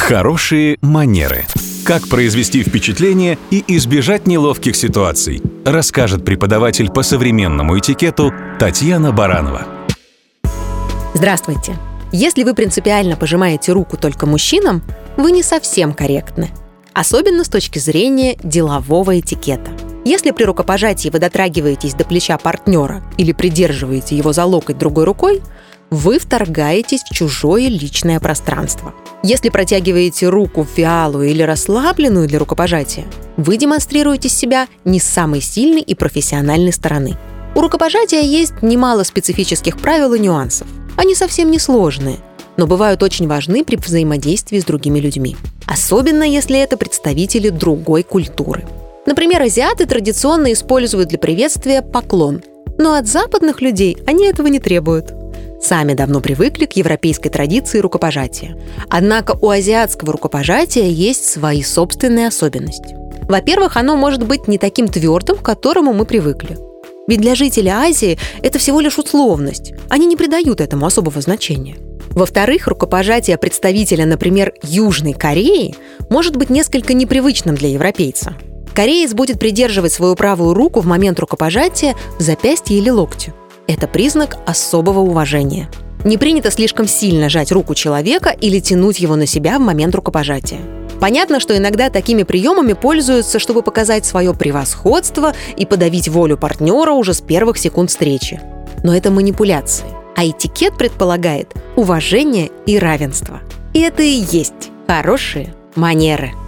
Хорошие манеры. Как произвести впечатление и избежать неловких ситуаций, расскажет преподаватель по современному этикету Татьяна Баранова. Здравствуйте! Если вы принципиально пожимаете руку только мужчинам, вы не совсем корректны. Особенно с точки зрения делового этикета. Если при рукопожатии вы дотрагиваетесь до плеча партнера или придерживаете его за локоть другой рукой, вы вторгаетесь в чужое личное пространство. Если протягиваете руку вялую или расслабленную для рукопожатия, вы демонстрируете себя не с самой сильной и профессиональной стороны. У рукопожатия есть немало специфических правил и нюансов. Они совсем не сложные, но бывают очень важны при взаимодействии с другими людьми. Особенно, если это представители другой культуры. Например, азиаты традиционно используют для приветствия поклон, но от западных людей они этого не требуют. Сами давно привыкли к европейской традиции рукопожатия. Однако у азиатского рукопожатия есть свои собственные особенности. Во-первых, оно может быть не таким твердым, к которому мы привыкли. Ведь для жителей Азии это всего лишь условность. Они не придают этому особого значения. Во-вторых, рукопожатие представителя, например, Южной Кореи может быть несколько непривычным для европейца. Кореец будет придерживать свою правую руку в момент рукопожатия в запястье или локте. Это признак особого уважения. Не принято слишком сильно жать руку человека или тянуть его на себя в момент рукопожатия. Понятно, что иногда такими приемами пользуются, чтобы показать свое превосходство и подавить волю партнера уже с первых секунд встречи. Но это манипуляции. А этикет предполагает уважение и равенство. И это и есть хорошие манеры.